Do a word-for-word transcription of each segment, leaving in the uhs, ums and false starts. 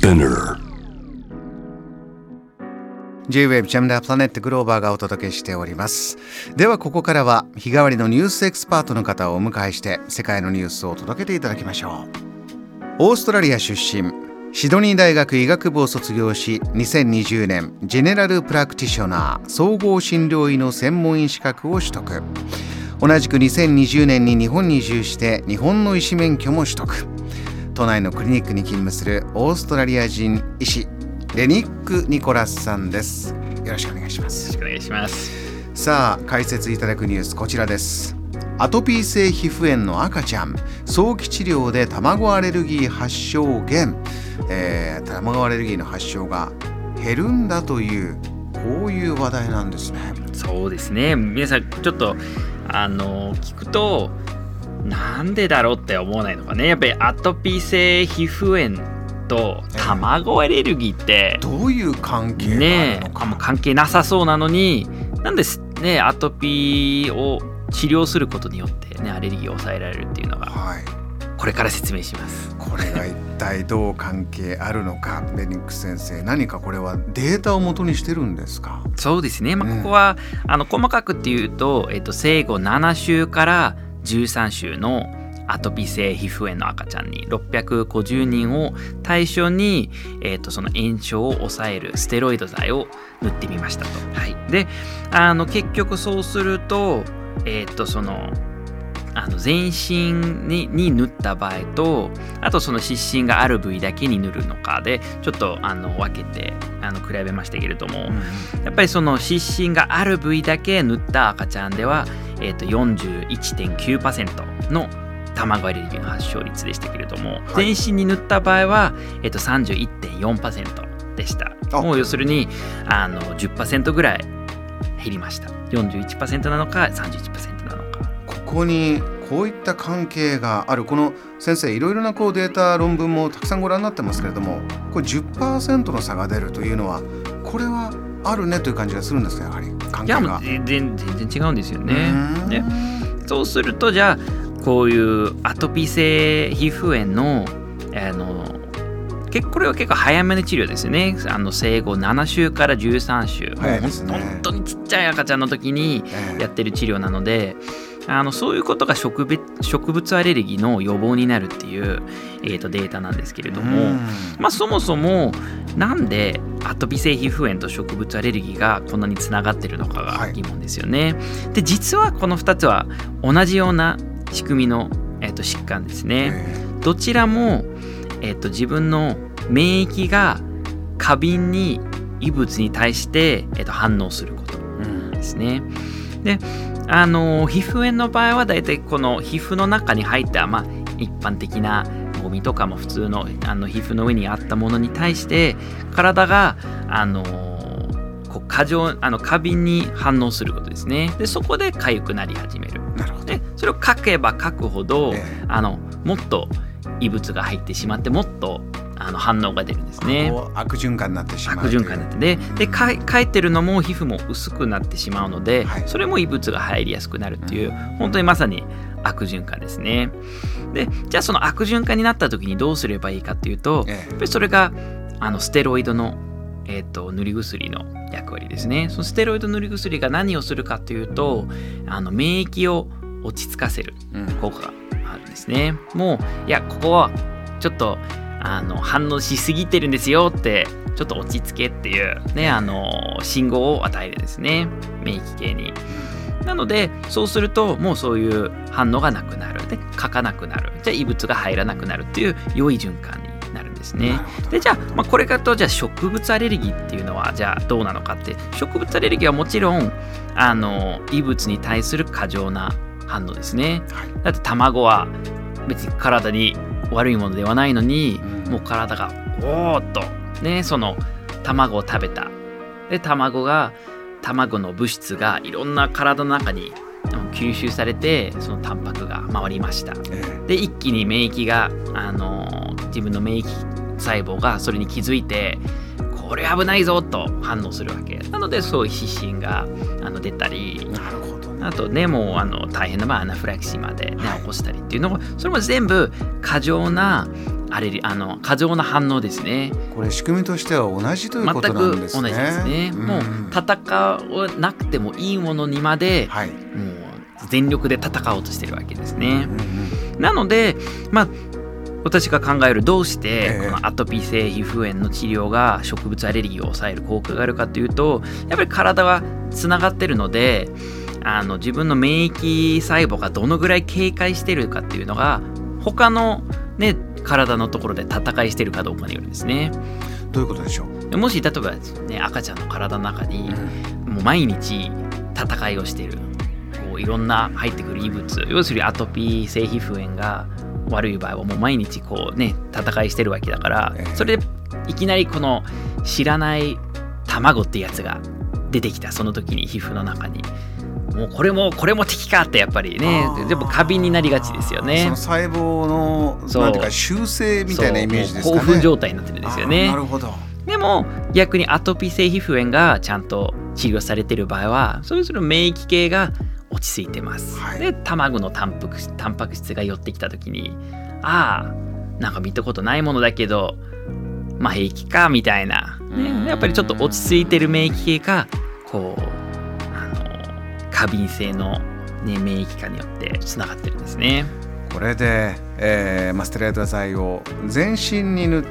Spinner J-Wave ジャムダープラネットグローバーがお届けしております。ではここからは日替わりのニュースエキスパートの方をお迎えして世界のニュースを届けていただきましょう。オーストラリア出身、シドニー大学医学部を卒業し、にせんにじゅうねんジェネラルプラクティショナー総合診療医の専門医資格を取得。同じくにせんにじゅうねんに日本に移住して日本の医師免許も取得。都内のクリニックに勤務するオーストラリア人医師レニック・ニコラスさんです。よろしくお願いします。 よろしくお願いします。 さあ、解説いただくニュースこちらです。アトピー性皮膚炎の赤ちゃん、早期治療で卵アレルギー発症減、えー、卵アレルギーの発症が減るんだというこういう話題なんですね。 そうですね。皆さんちょっとあの聞くとなんでだろうって思わないのかね。やっぱりアトピー性皮膚炎と卵アレルギーってどういう関係があるのか、 ね、あんま関係なさそうなのに、なんでねアトピーを治療することによってねアレルギーを抑えられるっていうのが、はい、これから説明します。 これが一体どう関係あるのかレニック先生、何かこれはデータを元にしてるんですか？ そうですね、まあ、ここは、うん、あの細かくっていうと、えっと、生後なな週からじゅうさん週のアトピー性皮膚炎の赤ちゃんにろっぴゃくごじゅうにんを対象に、えー、とその炎症を抑えるステロイド剤を塗ってみましたと。はい、であの結局そうすると、えー、とそのあの全身 に, に塗った場合と、あとその湿疹がある部位だけに塗るのかでちょっとあの分けてあの比べましたけれども、うん、やっぱりその湿疹がある部位だけ塗った赤ちゃんでは、えー、と よんじゅういってんきゅうパーセント の卵アレルギーの発症率でしたけれども、はい、全身に塗った場合は、えー、と さんじゅういってんよんパーセント でした。もう要するにあの じゅっパーセント ぐらい減りました。 よんじゅういちパーセント なのか さんじゅういちパーセント なのか。 ここにこういった関係がある。この先生いろいろなこうデータ論文もたくさんご覧になってますけれども、これ じゅっパーセント の差が出るというのはこれはあるねという感じがするんですか？やはり関係が。いやもう全然全然違うんですよね。でそうするとじゃあこういうアトピー性皮膚炎の、あの結これは結構早めの治療ですよね。あの生後なな週からじゅうさん週、 早いですね。 本当にちっちゃい赤ちゃんの時にやってる治療なので、えー、あのそういうことが 植物、植物アレルギーの予防になるっていう、えー、とデータなんですけれども、まあ、そもそもなんでアトピー性皮膚炎と植物アレルギーがこんなにつながってるのかが疑問ですよね。はい、で実はこのふたつは同じような仕組みの、えー、と疾患ですね。どちらも、えー、と自分の免疫が過敏に異物に対して、えー、と反応することですね。うん、であの皮膚炎の場合はだいたいこの皮膚の中に入った、まあ、一般的なゴミとかも普通 の, あの皮膚の上にあったものに対して体があのこう過剰あの過敏に反応することですね。でそこで痒くなり始める。 なるほど。 でそれをかけばかくほど、えー、あのもっと異物が入ってしまってもっとあの反応が出るんですね。 悪循環になってしまう。 悪循環になってで、でかかいてるのも皮膚も薄くなってしまうので、はい、それも異物が入りやすくなるっていう、うん、本当にまさに悪循環ですね。でじゃあその悪循環になった時にどうすればいいかっていうと、ええ、やっぱりそれがあのステロイドの、えー、と塗り薬の役割ですね。そのステロイド塗り薬が何をするかというと、あの免疫を落ち着かせる効果があるんですね。うん、もういやここはちょっとあの反応しすぎてるんですよってちょっと落ち着けっていうね、あの信号を与えるんですね、免疫系に。なのでそうするともうそういう反応がなくなる。で書かなくなる。じゃあ異物が入らなくなるっていう良い循環になるんですね。でじゃあ、まあ、これからとじゃあ植物アレルギーっていうのはじゃあどうなのかって、植物アレルギーはもちろんあの異物に対する過剰な反応ですね。はい、だって卵は別に体に悪いものではないのに、うん、もう体がおーっとね、その卵を食べた。で卵が卵の物質がいろんな体の中に吸収されてそのタンパクが回りました。で一気に免疫が、あのー、自分の免疫細胞がそれに気づいてこれ危ないぞと反応するわけなので、そういう湿疹があの出たり、 なるほど、ね、 あとねもうあの大変な、まあ、アナフィラキシーまで、ね、起こしたりっていうのも、それも全部過剰なアレルあの過剰な反応ですね。 これ仕組みとしては同じということなんですね。 全く同じですね、うん、もう戦わなくてもいいものにまで、はい、もう全力で戦おうとしてるわけですね、うんうん、なのでまあ私が考えるどうしてこのアトピー性皮膚炎の治療が植物アレルギーを抑える効果があるかというと、やっぱり体はつながってるので、あの自分の免疫細胞がどのぐらい警戒してるかっていうのが他の、ね、体のところで戦いしてるかどうかによるんですね。 どういうことでしょう。 もし例えば、ね、赤ちゃんの体の中に、うん、もう毎日戦いをしている、こういろんな入ってくる異物、要するにアトピー性皮膚炎が悪い場合はもう毎日こうね戦いしてるわけだから、えー、それでいきなりこの知らない卵ってやつが出てきたその時に皮膚の中にもうこれもこれも敵かってやっぱりねでも過敏になりがちですよね。 その細胞のなんていうか修正みたいなイメージですかね。 興奮状態になってるんですよね。 なるほど。 でも逆にアトピー性皮膚炎がちゃんと治療されている場合はそれぞれ免疫系が落ち着いてます、はい、で卵のタンパク質、タンパク質が寄ってきた時にああなんか見たことないものだけどまあ平気かみたいな、ね、やっぱりちょっと落ち着いてる免疫系かこうあの過敏性の、ね、免疫化によってつながってるんですね。 これで、えー、マステロイド剤を全身に塗って、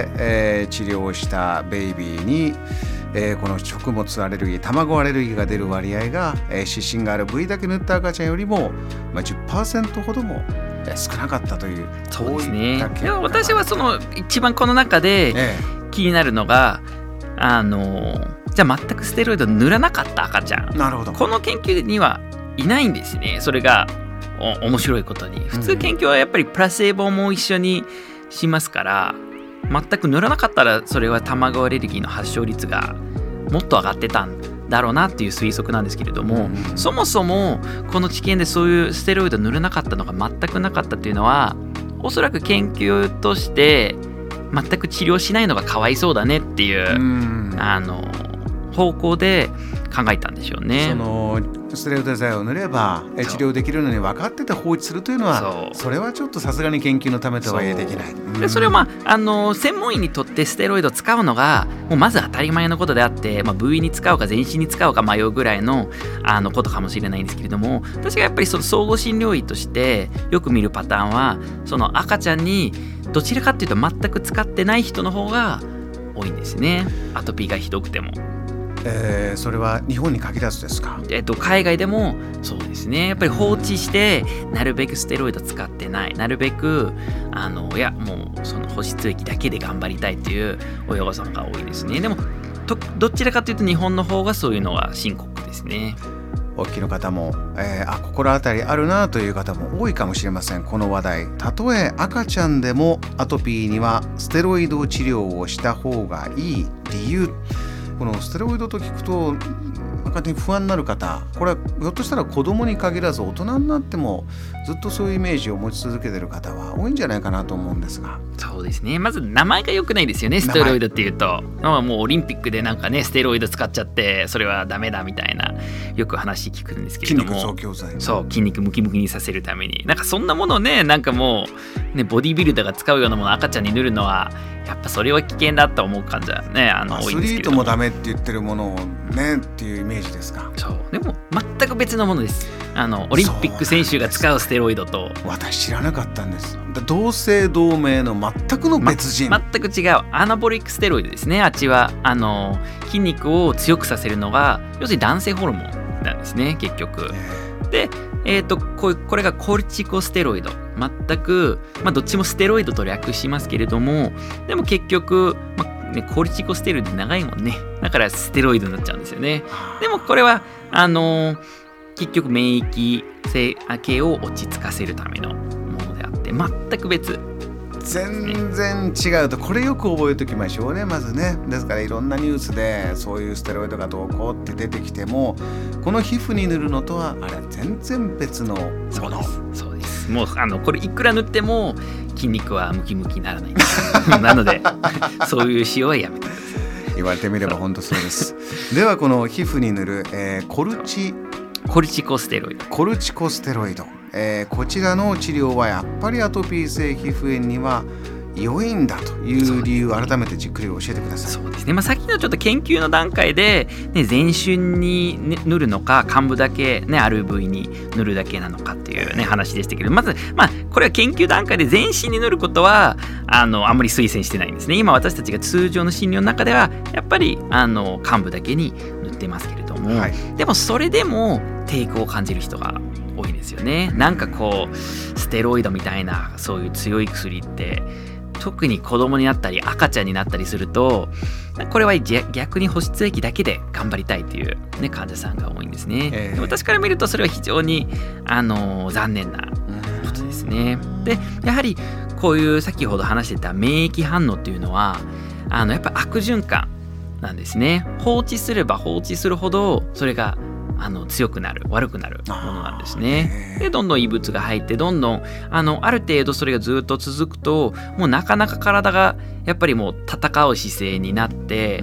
えー、治療したベイビーにえー、この食物アレルギー、卵アレルギーが出る割合が、えー、湿疹がある部位だけ塗った赤ちゃんよりも、まあ、じゅっパーセント ほども、えー、少なかったという。 そうですね。いや私はその一番この中で気になるのが、えー、あのじゃあ全くステロイド塗らなかった赤ちゃん。 なるほど。 この研究にはいないんですね。それがお面白いことに。普通研究はやっぱりプラセーボも一緒にしますから。全く塗らなかったらそれは卵アレルギーの発症率がもっと上がってたんだろうなっていう推測なんですけれども、うん、そもそもこの治験でそういうステロイド塗らなかったのが全くなかったっていうのはおそらく研究として全く治療しないのがかわいそうだねっていう、うん、あの方向で考えたんでしょうね。 そのステロイド剤を塗れば治療できるのに分かってて放置するというのは そ, それはちょっとさすがに研究のためとはいえできない。 そ, でそれは、まあ、あの専門医にとってステロイドを使うのがもうまず当たり前のことであって、まあ、部位に使うか全身に使うか迷うぐらい の, あのことかもしれないんですけれども、私がやっぱりその総合診療医としてよく見るパターンはその赤ちゃんにどちらかというと全く使ってない人の方が多いんですね。アトピーがひどくても。 えー、それは日本に限らずですか。 えっと、海外でもそうですね。やっぱり放置してなるべくステロイド使ってない、なるべくあのいやもうその保湿液だけで頑張りたいという親御さんが多いですね。でもとどちらかというと日本の方がそういうのが深刻ですね。 お聞きの方も、えー、あ心当たりあるなという方も多いかもしれません。この話題、たとえ赤ちゃんでもアトピーにはステロイド治療をした方がいい理由、このステロイドと聞くとなんか不安になる方、これはひょっとしたら子供に限らず大人になってもずっとそういうイメージを持ち続けている方は多いんじゃないかなと思うんですが。 そうですね。まず名前が良くないですよね。ステロイドっていうともうオリンピックでなんかねステロイド使っちゃってそれはダメだみたいなよく話聞くんですけれども、 筋肉増強剤、 そう筋肉ムキムキにさせるためになんかそんなものをねなんかもうねボディビルダーが使うようなものを赤ちゃんに塗るのはやっぱそれは危険だと思う感じはねあの多いんですけれども、 アスリートもダメって言ってるものをねっていうイメージですか。 そうでも全く別のものです。あのオリンピック選手が使うステロイドと私知らなかったんです。同姓同名の全くの別人、 ま、全く違うアナボリックステロイドですね。あっちはあの筋肉を強くさせるのが要するに男性ホルモンなんですね結局。で、えーと、こ, これがコルチコステロイド、全く、まあ、どっちもステロイドと略しますけれども、でも結局、まあね、コルチコステロイド長いもんね。だからステロイドになっちゃうんですよね。でもこれはあのー、結局免疫系を落ち着かせるためのものであって全く別。 全然違うと、これよく覚えておきましょうね。まずね、ですからいろんなニュースでそういうステロイドがどうこうって出てきてもこの皮膚に塗るのとはあれ全然別のもの。 そうです、そうです。もうあのこれいくら塗っても筋肉はムキムキにならないんですなのでそういう使用はやめてください。 言われてみれば本当そうです。ではこの皮膚に塗る、えー、コルチコルチコステロイドコルチコステロイド、えー、こちらの治療はやっぱりアトピー性皮膚炎には良いんだという理由を改めてじっくり教えてください。 そうですね、まあ、さっきのちょっと研究の段階で、ね、全身に、ね、塗るのか患部だけ、ね、ある部位に塗るだけなのかっていう、ね、話でしたけど、まず、まあ、これは研究段階で全身に塗ることはあのあんまり推薦してないんですね。今私たちが通常の診療の中ではやっぱりあの患部だけに塗ってますけれども、はい、でもそれでも抵抗を感じる人が多いですよね。なんかこうステロイドみたいなそういう強い薬って特に子供になったり赤ちゃんになったりすると、これは逆に保湿液だけで頑張りたいという、ね、患者さんが多いんですね、えー、私から見るとそれは非常に、あのー、残念なことですね。でやはりこういう先ほど話してた免疫反応っていうのはあのやっぱ悪循環なんですね。放置すれば放置するほどそれがあの強くなる悪くなるものなんですね。でどんどん異物が入ってどんどん あのある程度それがずっと続くともうなかなか体がやっぱりもう戦う姿勢になって、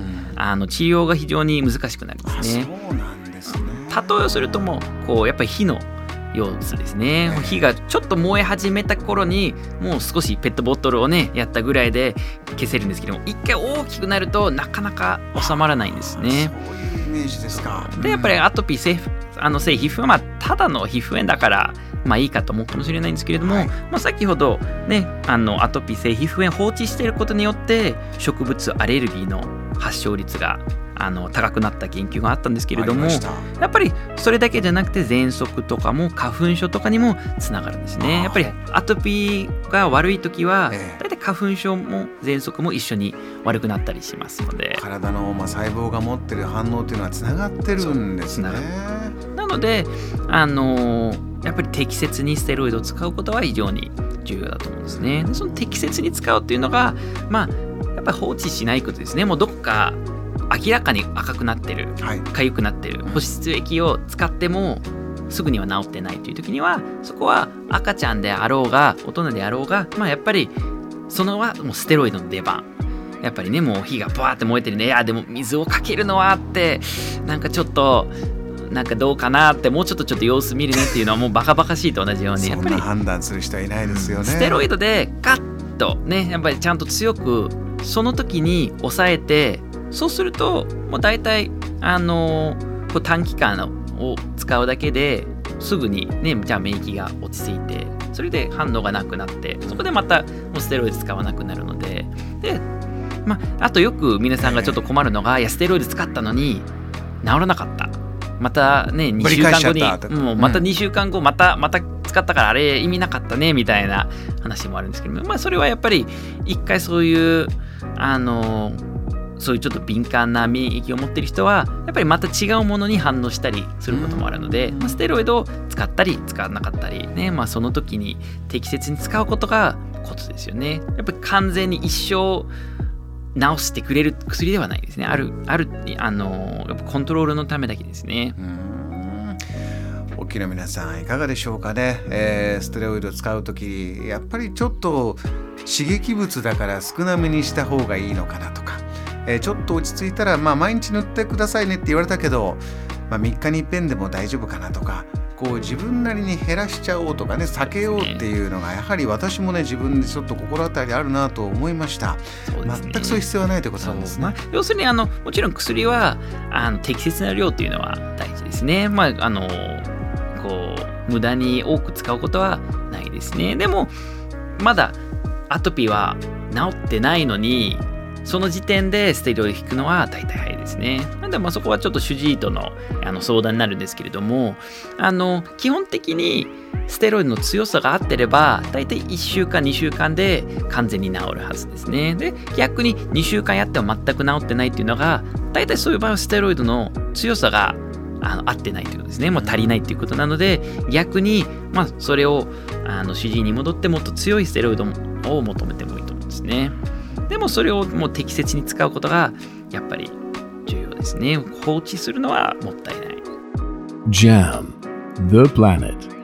うん、あの治療が非常に難しくなりますね。 そうなんですね。 例えをするともうこうやっぱり火の様子ですね。火がちょっと燃え始めた頃にもう少しペットボトルをねやったぐらいで消せるんですけども、一回大きくなるとなかなか収まらないんですね。 そういうイメージですか。 でやっぱりアトピー性あの性皮膚はまあただの皮膚炎だからまあいいかと思うかもしれないんですけれども、はい、まあ、先ほどねあのアトピー性皮膚炎放置していることによって植物アレルギーの発症率があの高くなった研究があったんですけれども、やっぱりそれだけじゃなくて喘息とかも花粉症とかにもつながるんですね。やっぱりアトピーが悪い時は大体花粉症も喘息も一緒に悪くなったりしますので、 体のまあ細胞が持ってる反応っていうのはつながってるんですね。 なのであのー、やっぱり適切にステロイドを使うことは非常に重要だと思うんですね。でその適切に使うっていうのがまあやっぱり放置しないことですね。もうどっか明らかに赤くなってる、はい、痒くなってる保湿液を使ってもすぐには治ってないという時には、そこは赤ちゃんであろうが大人であろうが、まあ、やっぱりそのはもうステロイドの出番。やっぱりねもう火がバーって燃えてるね、いやでも水をかけるのはってなんかちょっとなんかどうかなって、もうちょっとちょっと様子見るねっていうのはもうバカバカしいと同じようにやっぱりそんな判断する人はいないですよね。 ステロイドでカッとねやっぱりちゃんと強くその時に抑えて、そうするともう大体あのー、こう短期間を使うだけですぐにねじゃあ免疫が落ち着いて、それで反応がなくなって、そこでまたもうステロイド使わなくなるので、でまああとよく皆さんがちょっと困るのが、いやステロイド使ったのに治らなかった、またねにしゅうかんごにもうまたにしゅうかんごまたまた使ったからあれ意味なかったねみたいな話もあるんですけど、まあそれはやっぱり一回そういうあのそういうちょっと敏感な免疫を持っている人はやっぱりまた違うものに反応したりすることもあるので、まあ、ステロイドを使ったり使わなかったりね、まあ、その時に適切に使うことがコツですよね。やっぱり完全に一生治してくれる薬ではないですね。あるあるあのやっぱコントロールのためだけですね。 うーん、お聞きの皆さんいかがでしょうかね。えー、ステロイドを使うときやっぱりちょっと刺激物だから少なめにした方がいいのかなとか、えー、ちょっと落ち着いたら、まあ、毎日塗ってくださいねって言われたけど、まあ、みっかにいっぺんでも大丈夫かなとか、こう自分なりに減らしちゃおうとかね避けようっていうのがやはり私もね自分でちょっと心当たりあるなと思いました。そうですね、全くそういう必要はないということなんですね。まあ、 要するにあのもちろん薬はあの適切な量っていうのは大事ですね。まああのこう無駄に多く使うことはないですね。でもまだアトピーは治ってないのにその時点でステロイドを引くのは大体早いですね。なのでまあそこはちょっと主治医とのあの相談になるんですけれども、あの基本的にステロイドの強さが合ってれば大体いっしゅうかんにしゅうかんで完全に治るはずですね。で逆ににしゅうかんやっても全く治ってないっていうのが大体そういう場合はステロイドの強さがあの合ってないということですね。もう足りないということなので、逆にまあそれをあの主治医に戻ってもっと強いステロイドを求めてもいいと思うんですね。でもそれをもう適切に使うことがやっぱり重要ですね。放置するのはもったいない。 ジャム The Planet